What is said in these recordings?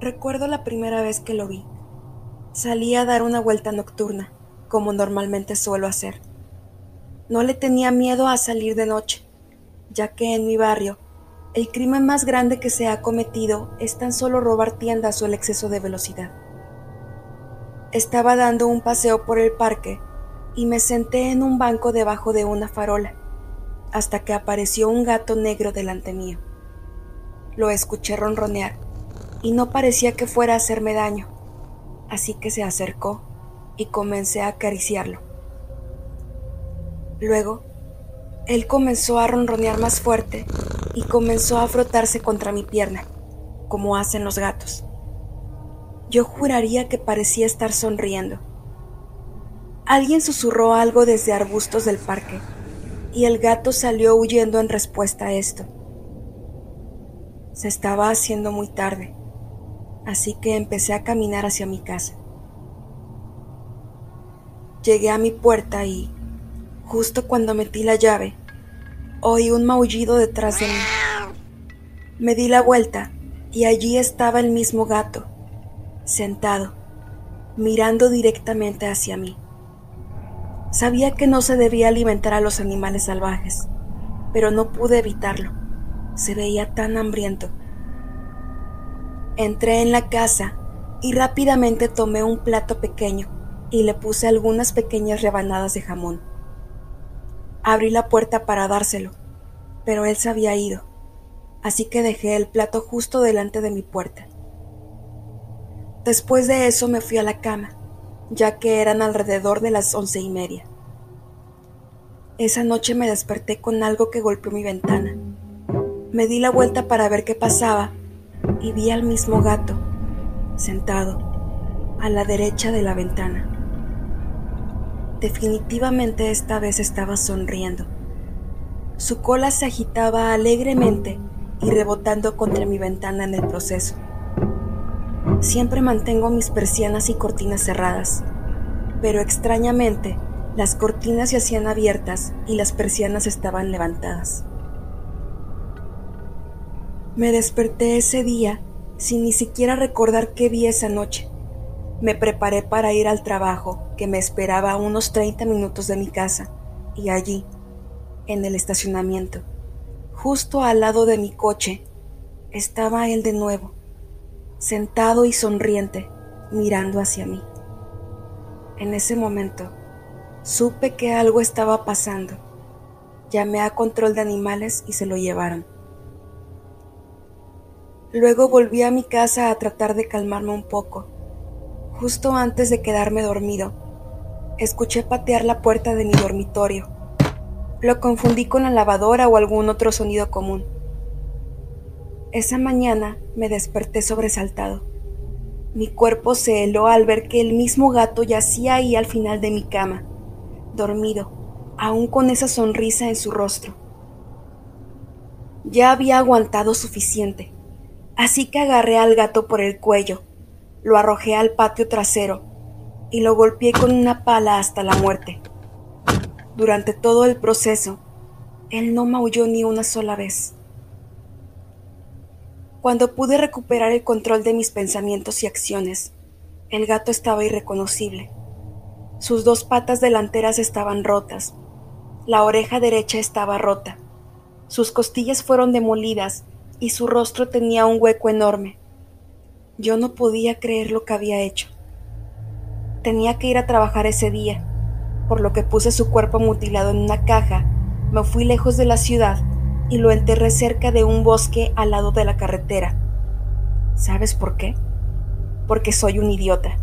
Recuerdo la primera vez que lo vi. Salí a dar una vuelta nocturna, como normalmente suelo hacer. No le tenía miedo a salir de noche, ya que en mi barrio, el crimen más grande que se ha cometido es tan solo robar tiendas o el exceso de velocidad. Estaba dando un paseo por el parque y me senté en un banco debajo de una farola, hasta que apareció un gato negro delante mío. Lo escuché ronronear y no parecía que fuera a hacerme daño, así que se acercó y comencé a acariciarlo. Luego, él comenzó a ronronear más fuerte y comenzó a frotarse contra mi pierna, como hacen los gatos. Yo juraría que parecía estar sonriendo. Alguien susurró algo desde arbustos del parque, y el gato salió huyendo en respuesta a esto. Se estaba haciendo muy tarde, así que empecé a caminar hacia mi casa. Llegué a mi puerta y, justo cuando metí la llave, oí un maullido detrás de mí. Me di la vuelta y allí estaba el mismo gato, sentado, mirando directamente hacia mí. Sabía que no se debía alimentar a los animales salvajes, pero no pude evitarlo. Se veía tan hambriento. Entré en la casa y rápidamente tomé un plato pequeño y le puse algunas pequeñas rebanadas de jamón. Abrí la puerta para dárselo, pero él se había ido, así que dejé el plato justo delante de mi puerta. Después de eso me fui a la cama, ya que eran alrededor de las 11:30. Esa noche me desperté con algo que golpeó mi ventana. Me di la vuelta para ver qué pasaba y vi al mismo gato, sentado, a la derecha de la ventana. Definitivamente esta vez estaba sonriendo. Su cola se agitaba alegremente y rebotando contra mi ventana en el proceso. Siempre mantengo mis persianas y cortinas cerradas, pero extrañamente las cortinas se hacían abiertas y las persianas estaban levantadas. Me desperté ese día sin ni siquiera recordar qué vi esa noche. Me preparé para ir al trabajo, que me esperaba a unos 30 minutos de mi casa, y allí, en el estacionamiento, justo al lado de mi coche, estaba él de nuevo, sentado y sonriente, mirando hacia mí. En ese momento, supe que algo estaba pasando. Llamé a control de animales y se lo llevaron. Luego volví a mi casa a tratar de calmarme un poco. Justo antes de quedarme dormido, escuché patear la puerta de mi dormitorio. Lo confundí con la lavadora o algún otro sonido común. Esa mañana me desperté sobresaltado. Mi cuerpo se heló al ver que el mismo gato yacía ahí al final de mi cama, dormido, aún con esa sonrisa en su rostro. Ya había aguantado suficiente, así que agarré al gato por el cuello, lo arrojé al patio trasero y lo golpeé con una pala hasta la muerte. Durante todo el proceso, él no maulló ni una sola vez. Cuando pude recuperar el control de mis pensamientos y acciones, el gato estaba irreconocible. Sus dos patas delanteras estaban rotas, la oreja derecha estaba rota, sus costillas fueron demolidas y su rostro tenía un hueco enorme. Yo no podía creer lo que había hecho. Tenía que ir a trabajar ese día, por lo que puse su cuerpo mutilado en una caja, me fui lejos de la ciudad y lo enterré cerca de un bosque al lado de la carretera. ¿Sabes por qué? Porque soy un idiota.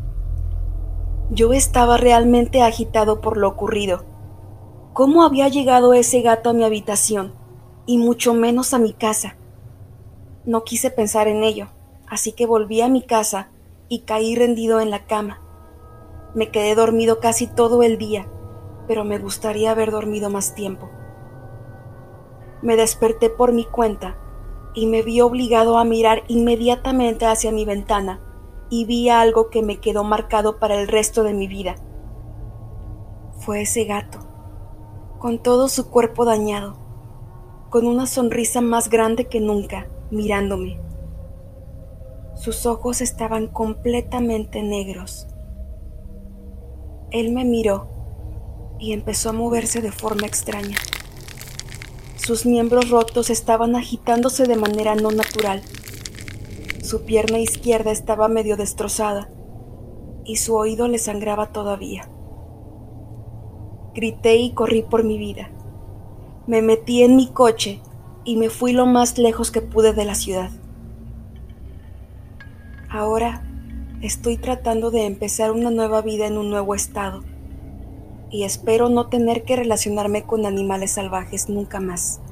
Yo estaba realmente agitado por lo ocurrido. ¿Cómo había llegado ese gato a mi habitación? Y mucho menos a mi casa. No quise pensar en ello, así que volví a mi casa y caí rendido en la cama. Me quedé dormido casi todo el día, pero me gustaría haber dormido más tiempo. Me desperté por mi cuenta y me vi obligado a mirar inmediatamente hacia mi ventana y vi algo que me quedó marcado para el resto de mi vida. Fue ese gato, con todo su cuerpo dañado, con una sonrisa más grande que nunca, mirándome. Sus ojos estaban completamente negros. Él me miró y empezó a moverse de forma extraña. Sus miembros rotos estaban agitándose de manera no natural. Su pierna izquierda estaba medio destrozada y su oído le sangraba todavía. Grité y corrí por mi vida. Me metí en mi coche y me fui lo más lejos que pude de la ciudad. Ahora estoy tratando de empezar una nueva vida en un nuevo estado y espero no tener que relacionarme con animales salvajes nunca más.